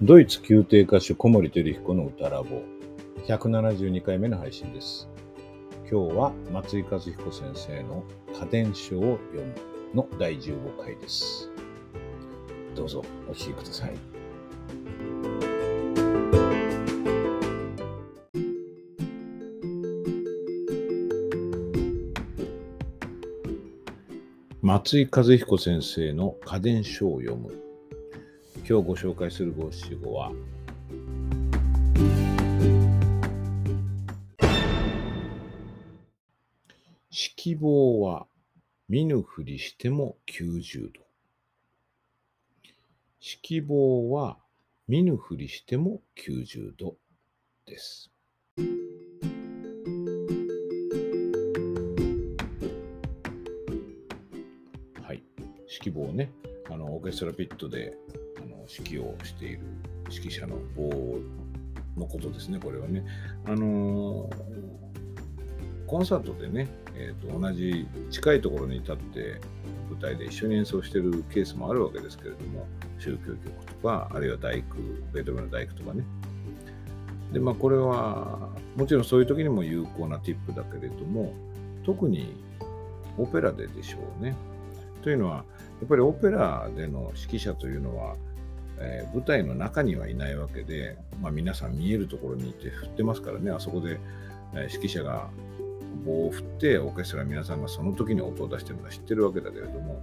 ドイツ宮廷歌手小森照彦の歌ラボ172回目の配信です。今日は松井和彦先生の家電書を読むの第15回です。どうぞお聞きください。松井和彦先生の家電書を読む。今日ご紹介する五七五は、色棒は見ぬふりしても90度。色棒は見ぬふりしても90度です。はい、色棒ね、オーケストラピットで指揮をしている指揮者の棒のことですね。これはね、コンサートでね、同じ近いところに立って舞台で一緒に演奏しているケースもあるわけですけれども、宗教曲とか、あるいは大工、ベートーベンの大工とかね。で、これはもちろんそういう時にも有効なティップだけれども、特にオペラででしょうね。というのは、やっぱりオペラでの指揮者というのは、舞台の中にはいないわけで、皆さん見えるところにいて振ってますからね。あそこで、指揮者が棒を振ってオーケストラ皆さんがその時に音を出してるのは知ってるわけだけれども、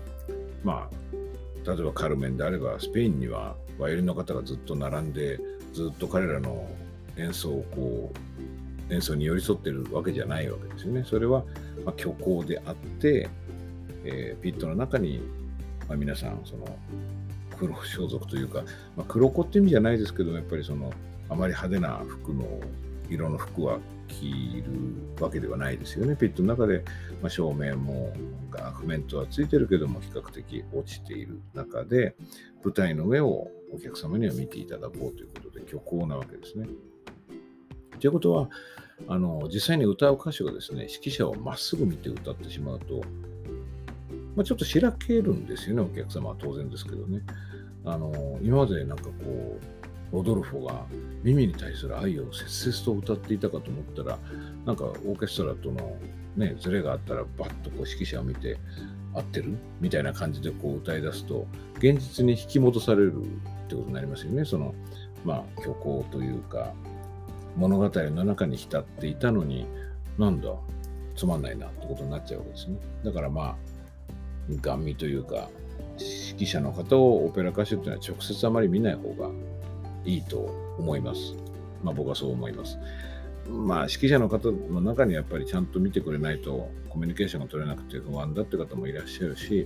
例えばカルメンであればスペインにはバイオリンの方がずっと並んでずっと彼らの演奏に寄り添ってるわけじゃないわけですよね。それは虚構であって、ピットの中に、皆さんその黒装束というか、黒子って意味じゃないですけど、やっぱりそのあまり派手な色の服は着るわけではないですよね。ピットの中で、照明も譜面とはついてるけども比較的落ちている中で、舞台の上をお客様には見ていただこうということで虚構なわけですね。ということは、実際に歌う歌手がですね、指揮者をまっすぐ見て歌ってしまうと、ちょっとしらけるんですよね。お客様は当然ですけどね。今までロドルフォが耳に対する愛を切々と歌っていたかと思ったら、オーケストラとのね、ズレがあったらバッと指揮者を見て合ってるみたいな感じで歌い出すと、現実に引き戻されるってことになりますよね。虚構というか物語の中に浸っていたのに、つまんないなってことになっちゃうわけですね。だからガン見というか、指揮者の方をオペラ歌手っていうのは直接あまり見ない方がいいと思います。僕はそう思います。指揮者の方の中にやっぱりちゃんと見てくれないとコミュニケーションが取れなくて不安だって方もいらっしゃるし、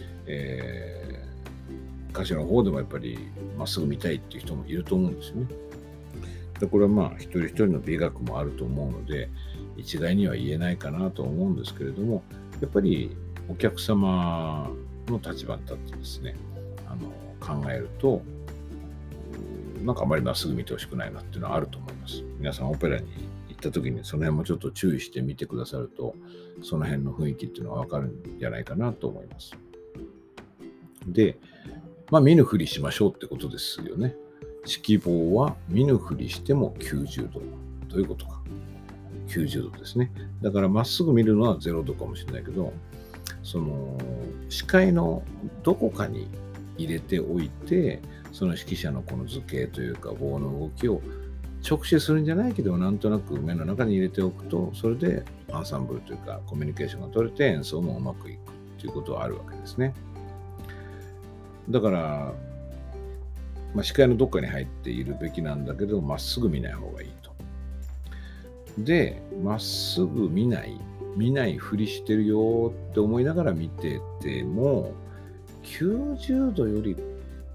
歌手の方でもやっぱりまっすぐ見たいっていう人もいると思うんですよね。でこれは一人一人の美学もあると思うので、一概には言えないかなと思うんですけれども、やっぱりお客様の立場に立ってですね、考えると、あまりまっすぐ見てほしくないなっていうのはあると思います。皆さんオペラに行った時にその辺もちょっと注意して見てくださると、その辺の雰囲気っていうのはわかるんじゃないかなと思います。で、見ぬふりしましょうってことですよね。指揮棒は見ぬふりしても90度。どういうことか。90度ですね。だからまっすぐ見るのは0度かもしれないけど、その視界のどこかに入れておいて、その指揮者のこの図形というか棒の動きを直視するんじゃないけど、なんとなく目の中に入れておくと、それでアンサンブルというかコミュニケーションが取れて演奏もうまくいくということはあるわけですね。だから、視界のどっかに入っているべきなんだけど、まっすぐ見ない方がいいと。で、まっすぐ見ないふりしてるよって思いながら見てても、90度より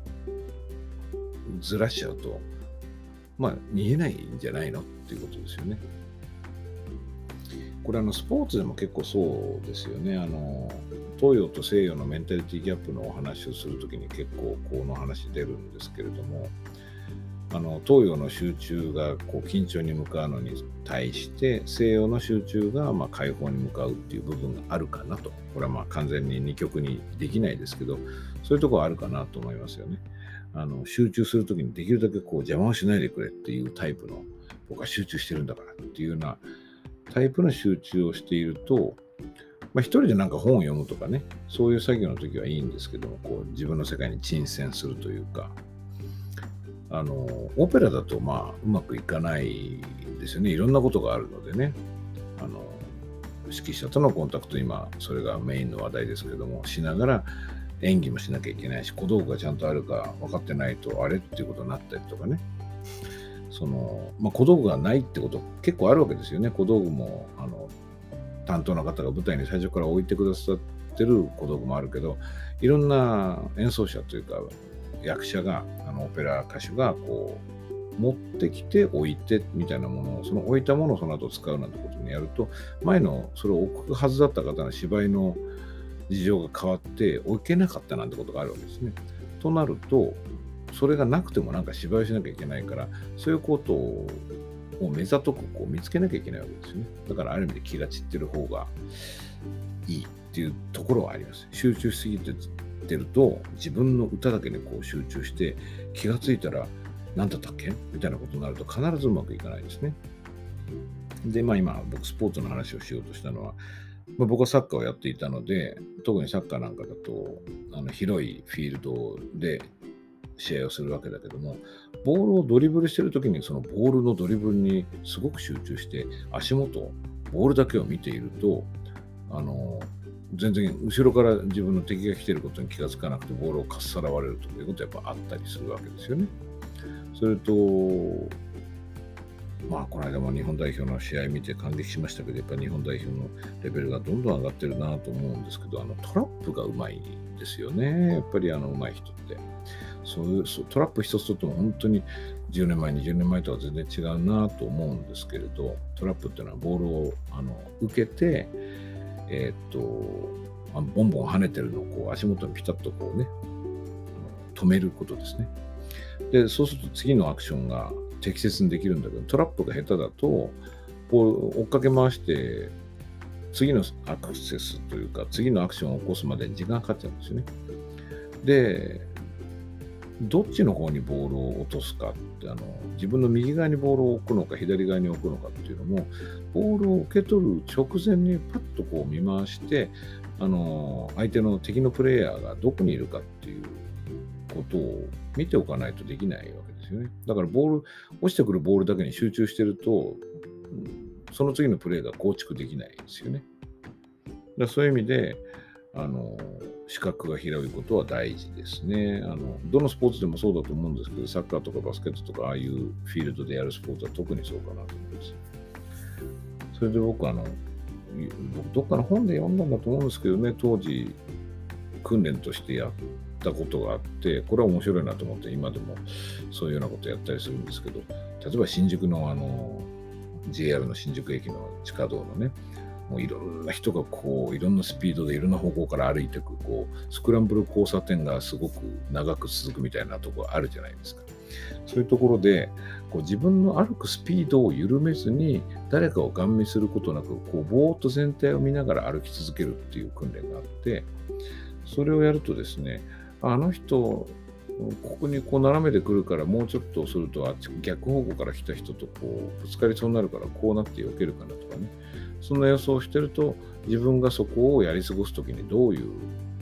ずらしちゃうと、見えないんじゃないのっていうことですよね。これスポーツでも結構そうですよね。東洋と西洋のメンタリティギャップのお話をするときに結構この話出るんですけれども、東洋の集中が緊張に向かうのに対して西洋の集中が解放に向かうっていう部分があるかなと。これは完全に二極にできないですけど、そういうところはあるかなと思いますよね。 集中するときにできるだけこう邪魔をしないでくれっていうタイプの、僕は集中してるんだからっていうようなタイプの集中をしていると、一人でなんか本を読むとかね、そういう作業の時はいいんですけども、こう自分の世界に沈潜するというか、オペラだとうまくいかないですよね。いろんなことがあるのでね。指揮者とのコンタクト、今それがメインの話題ですけども、しながら演技もしなきゃいけないし、小道具がちゃんとあるか分かってないとあれっていうことになったりとかね。小道具がないってこと結構あるわけですよね。小道具も担当の方が舞台に最初から置いてくださってる小道具もあるけど、いろんな演奏者というか役者がオペラ歌手がこう持ってきて置いてみたいなものを、その置いたものをその後使うなんてことにやると、前のそれを置くはずだった方の芝居の事情が変わって置けなかったなんてことがあるわけですね。となると、それがなくてもなんか芝居しなきゃいけないから、そういうことを目ざとくこう見つけなきゃいけないわけですよね。だからある意味で気が散ってる方がいいっていうところはあります。集中しすぎてると、自分の歌だけにこう集中して気がついたら何だったっけみたいなことになると必ずうまくいかないですね。で、今僕スポーツの話をしようとしたのは、僕はサッカーをやっていたので、特にサッカーなんかだと広いフィールドで試合をするわけだけども、ボールをドリブルしてるときにそのボールのドリブルにすごく集中して足元、ボールだけを見ていると、全然後ろから自分の敵が来ていることに気がつかなくてボールをかっさらわれるということはやっぱあったりするわけですよね。それと、この間も日本代表の試合見て感激しましたけど、やっぱり日本代表のレベルがどんどん上がってるなと思うんですけど、トラップがうまいですよね。やっぱりうまい人って。そういうトラップ一つとっても本当に10年前、20年前とは全然違うなと思うんですけれど、トラップっていうのはボールを受けて、ボンボン跳ねてるのをこう足元にピタッとこうね、止めることですね。で、そうすると次のアクションが適切にできるんだけど、トラップが下手だと、ボールを追っかけ回して、次のアクセスというか、次のアクションを起こすまでに時間がかかっちゃうんですよね。で、どっちの方にボールを落とすかって、自分の右側にボールを置くのか、左側に置くのかっていうのも、ボールを受け取る直前にパッとこう見回して、相手の敵のプレイヤーがどこにいるかっていうことを見ておかないとできないわけですよね。だから落ちてくるボールだけに集中してると、その次のプレーが構築できないですよね。だからそういう意味で、視覚が広いことは大事ですね。どのスポーツでもそうだと思うんですけど、サッカーとかバスケットとか、ああいうフィールドでやるスポーツは特にそうかなと思います。それで僕どっかの本で読んだんだと思うんですけどね、当時、訓練としてやったことがあって、これは面白いなと思って、今でもそういうようなことやったりするんですけど、例えば新宿のJR の新宿駅の地下道のね、もういろんな人がこういろんなスピードでいろんな方向から歩いていくこうスクランブル交差点がすごく長く続くみたいなところあるじゃないですか。そういうところでこう自分の歩くスピードを緩めずに誰かをガン見することなくこうぼーっと全体を見ながら歩き続けるっていう訓練があって、それをやるとですね、あの人ここにこう斜めで来るからもうちょっとすると逆方向から来た人とこうぶつかりそうになるからこうなって避けるかなとかね、そんな予想をしてると自分がそこをやり過ごすときにどういう、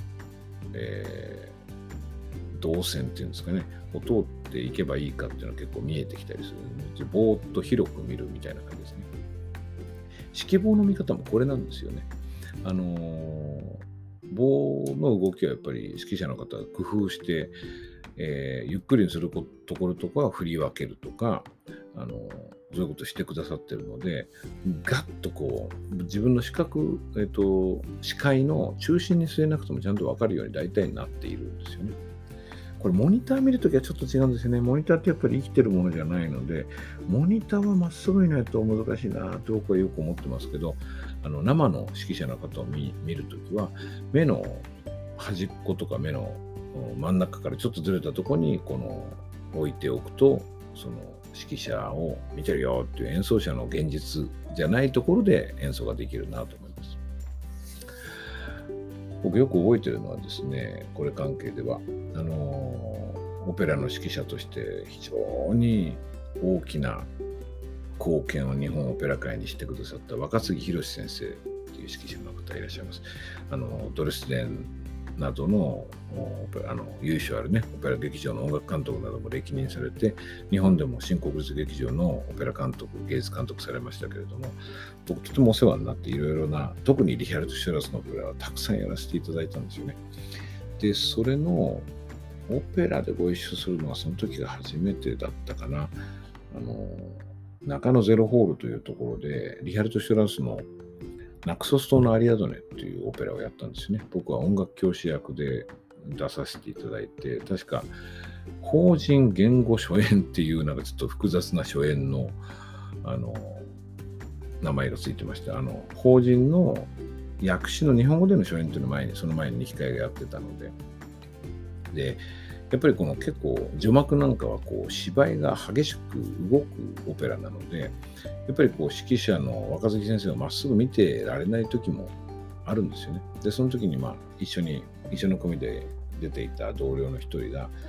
動線っていうんですかねを通っていけばいいかっていうのは結構見えてきたりするので、ぼーっと広く見るみたいな感じですね。指揮棒の見方もこれなんですよね。棒の動きはやっぱり指揮者の方が工夫して、ゆっくりにするところとかは振り分けるとかそういうことをしてくださっているので、ガッとこう自分の視界の中心に据えなくてもちゃんと分かるように大体なっているんですよね。これモニター見るときはちょっと違うんですよね。モニターってやっぱり生きてるものじゃないので、モニターはまっすぐいないと難しいなと僕はよく思ってますけど、生の指揮者の方を見るときは、目の端っことか目の真ん中からちょっとずれたところに置いておくと、その指揮者を見てるよっていう演奏者の現実じゃないところで演奏ができるなと思います。僕よく覚えてるのはですね、これ関係ではオペラの指揮者として非常に大きな貢献を日本オペラ界にしてくださった若杉宏先生という指揮者の方いらっしゃいます。ドレスデンなどの由緒あるね、オペラ劇場の音楽監督なども歴任されて、日本でも新国立劇場のオペラ監督、芸術監督されましたけれども、僕とてもお世話になっていろいろな、特にリヒャルト・シュトラスのオペラはたくさんやらせていただいたんですよね。で、それのオペラでご一緒するのはその時が初めてだったかな。中野ゼロホールというところで、リヒャルト・シュトラスのナクソス島のアリアドネっていうオペラをやったんですね。僕は音楽教師役で出させていただいて、確か法人言語初演っていうなんかちょっと複雑な初演の名前がついてまして、法人の訳詞の日本語での初演っていうの前に、その前に控えがやってたので、やっぱりこの結構序幕なんかはこう芝居が激しく動くオペラなので、やっぱりこう指揮者の若杉先生をまっすぐ見てられない時もあるんですよね。で、その時に一緒の組で出ていた同僚の一人が、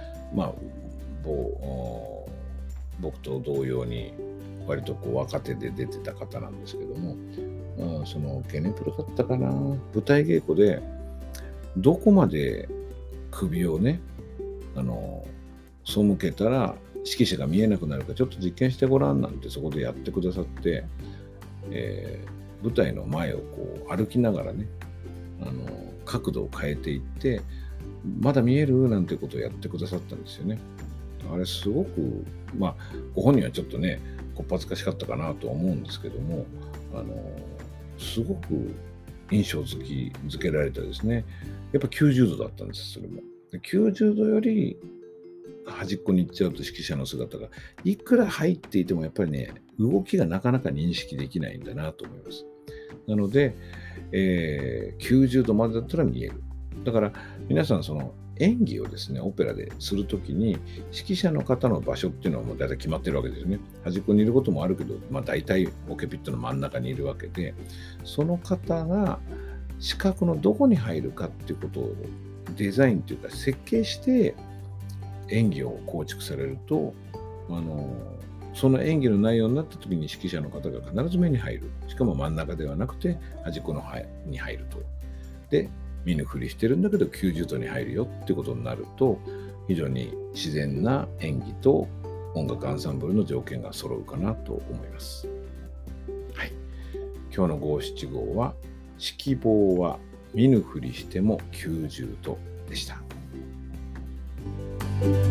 僕と同様に割とこう若手で出てた方なんですけども、そのゲネプロだったかな、舞台稽古でどこまで首をね背けたら指揮者が見えなくなるかちょっと実験してごらんなんてそこでやってくださって、舞台の前をこう歩きながらね角度を変えていってまだ見えるなんてことをやってくださったんですよね。あれすごくご本人はちょっとねこっぱずかしかったかなとは思うんですけども、すごく印象づけられたですね。やっぱ90度だったんです。それもで90度より端っこに行っちゃうと指揮者の姿がいくら入っていてもやっぱりね動きがなかなか認識できないんだなと思います。なので、90度までだったら見える。だから皆さんその演技をですねオペラでするときに指揮者の方の場所っていうのはもう大体決まってるわけですね。端っこにいることもあるけど、大体オケピットの真ん中にいるわけで、その方が視覚のどこに入るかっていうことをデザインというか設計して演技を構築されると、その演技の内容になった時に指揮者の方が必ず目に入る。しかも真ん中ではなくて端っこに入ると。で、見ぬふりしてるんだけど90度に入るよってことになると、非常に自然な演技と音楽アンサンブルの条件が揃うかなと思います。はい。今日の五七五は、指揮棒は見ぬふりしても90度でした。